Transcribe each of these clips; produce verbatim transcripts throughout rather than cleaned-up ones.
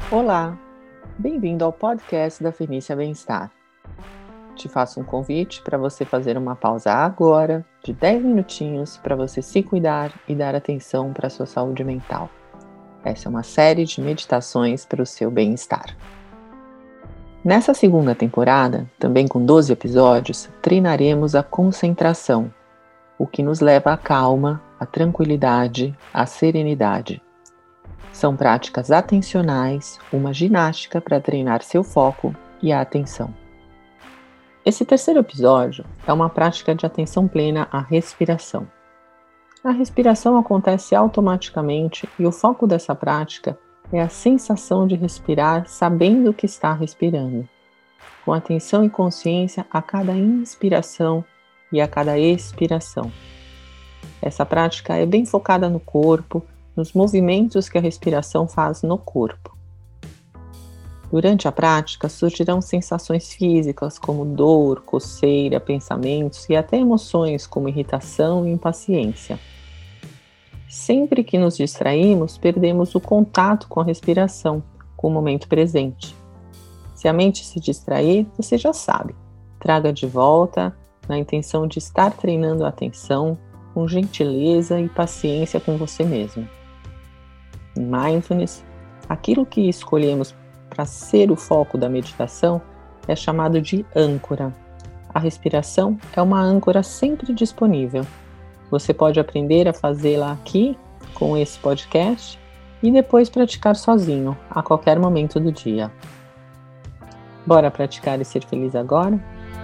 Olá, bem-vindo ao podcast da Fenícia Bem-Estar. Te faço um convite para você fazer uma pausa agora, de dez minutinhos, para você se cuidar e dar atenção para a sua saúde mental. Essa é uma série de meditações para o seu bem-estar. Nessa segunda temporada, também com doze episódios, treinaremos a concentração, o que nos leva à calma, à tranquilidade, à serenidade. São práticas atencionais, uma ginástica para treinar seu foco e a atenção. Esse terceiro episódio é uma prática de atenção plena à respiração. A respiração acontece automaticamente e o foco dessa prática é a sensação de respirar sabendo que está respirando, com atenção e consciência a cada inspiração e a cada expiração. Essa prática é bem focada no corpo, nos movimentos que a respiração faz no corpo. Durante a prática, surgirão sensações físicas como dor, coceira, pensamentos e até emoções como irritação e impaciência. Sempre que nos distraímos, perdemos o contato com a respiração, com o momento presente. Se a mente se distrair, você já sabe. Traga de volta, na intenção de estar treinando a atenção, com gentileza e paciência com você mesmo. Em Mindfulness, aquilo que escolhemos para ser o foco da meditação é chamado de âncora. A respiração é uma âncora sempre disponível. Você pode aprender a fazê-la aqui, com esse podcast, e depois praticar sozinho, a qualquer momento do dia. Bora praticar e ser feliz agora?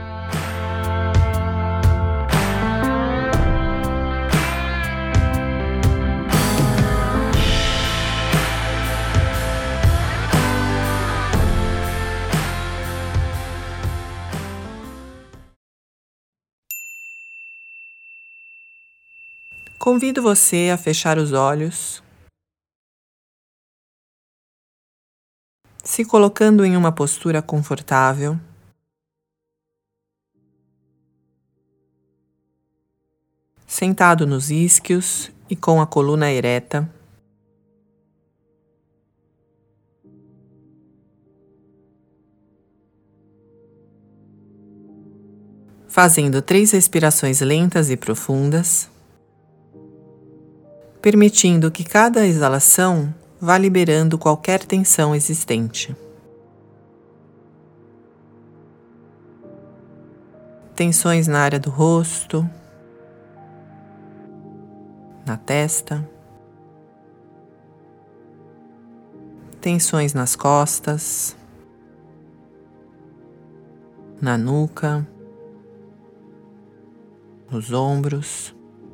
Convido você a fechar os olhos, se colocando em uma postura confortável, sentado nos isquios e com a coluna ereta, fazendo três respirações lentas e profundas, permitindo que cada exalação vá liberando qualquer tensão existente. Tensões na área do rosto, na testa, tensões nas costas, na nuca, nos ombros.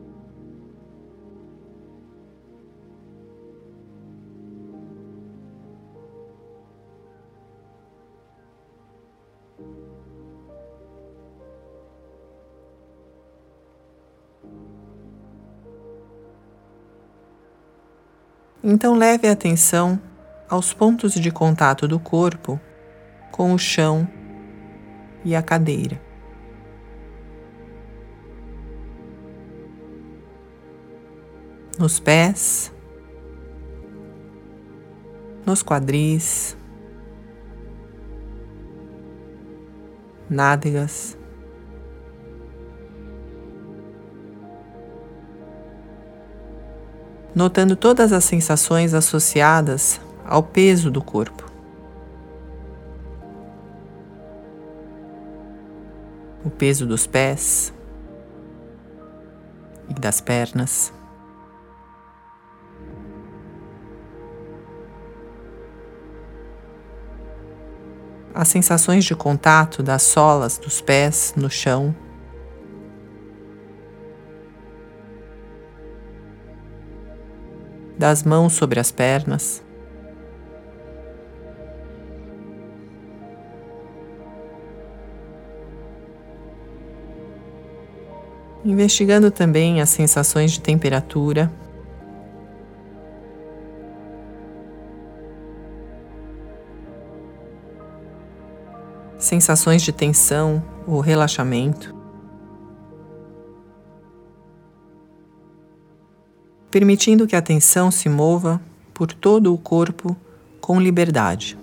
Então leve a atenção aos pontos de contato do corpo com o chão e a cadeira. Nos pés, nos quadris, nádegas, notando todas as sensações associadas ao peso do corpo. O peso dos pés e das pernas. As sensações de contato das solas dos pés no chão. Das mãos sobre as pernas. Investigando também as sensações de temperatura. Sensações de tensão ou relaxamento. Permitindo que a atenção se mova por todo o corpo com liberdade.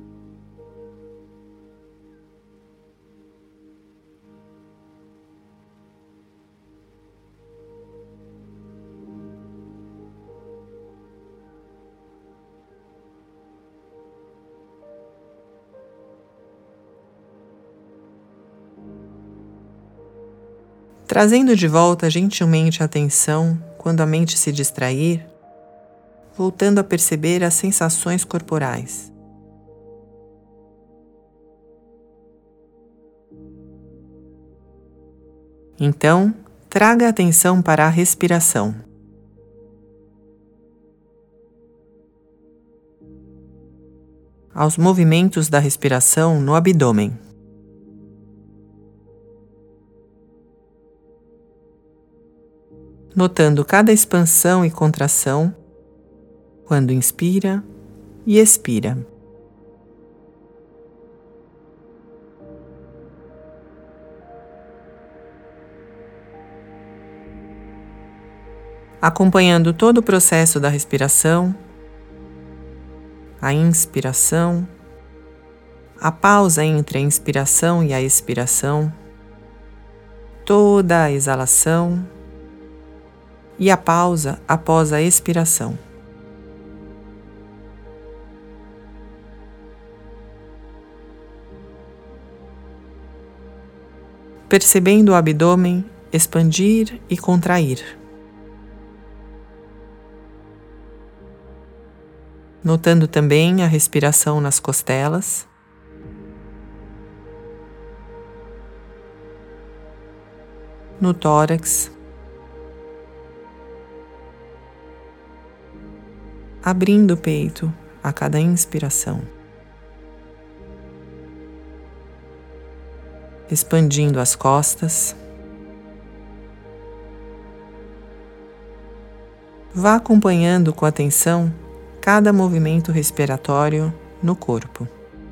Trazendo de volta gentilmente a atenção quando a mente se distrair, voltando a perceber as sensações corporais. Então, traga a atenção para a respiração. Aos movimentos da respiração no abdômen. Notando cada expansão e contração, quando inspira e expira. Acompanhando todo o processo da respiração, a inspiração, a pausa entre a inspiração e a expiração, toda a exalação, e a pausa após a expiração. Percebendo o abdômen expandir e contrair. Notando também a respiração nas costelas. No tórax. Abrindo o peito a cada inspiração, expandindo as costas. Vá acompanhando com atenção cada movimento respiratório no corpo.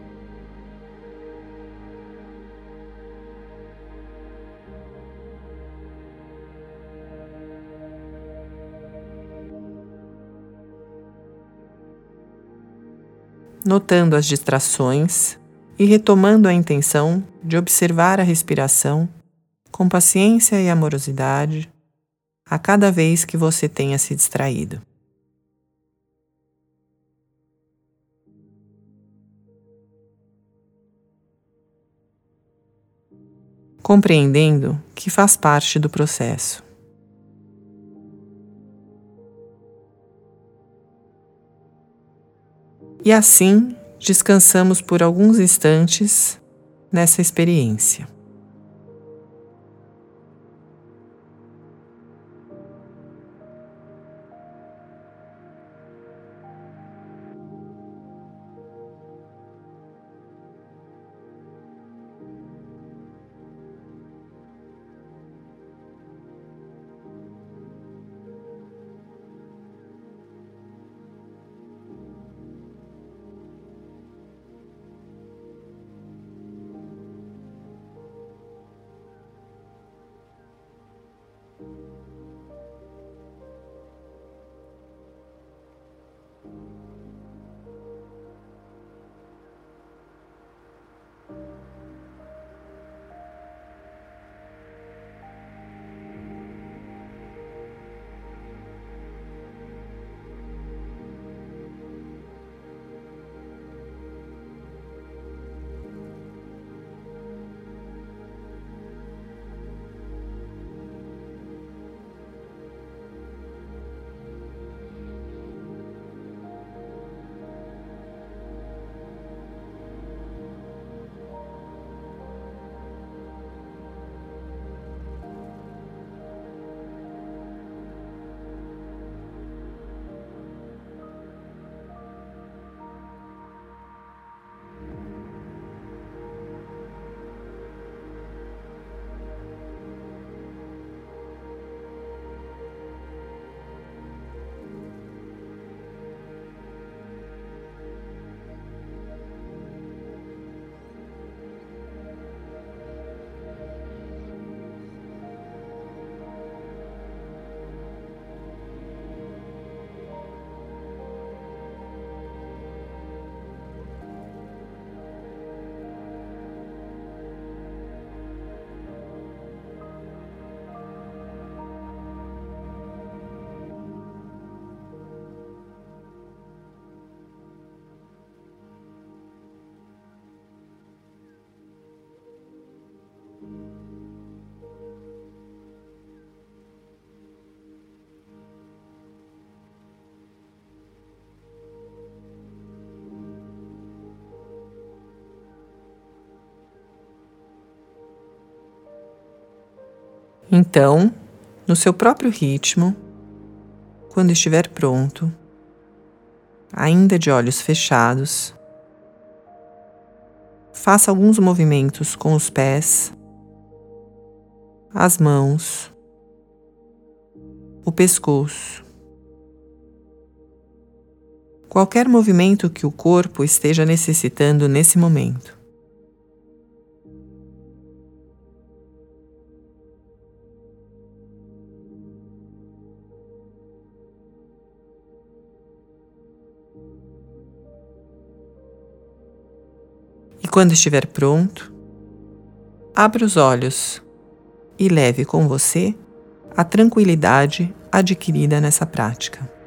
Notando as distrações e retomando a intenção de observar a respiração com paciência e amorosidade a cada vez que você tenha se distraído. Compreendendo que faz parte do processo. E assim, descansamos por alguns instantes nessa experiência. Então, no seu próprio ritmo, quando estiver pronto, ainda de olhos fechados, faça alguns movimentos com os pés, as mãos, o pescoço. Qualquer movimento que o corpo esteja necessitando nesse momento. E quando estiver pronto, abra os olhos e leve com você a tranquilidade adquirida nessa prática.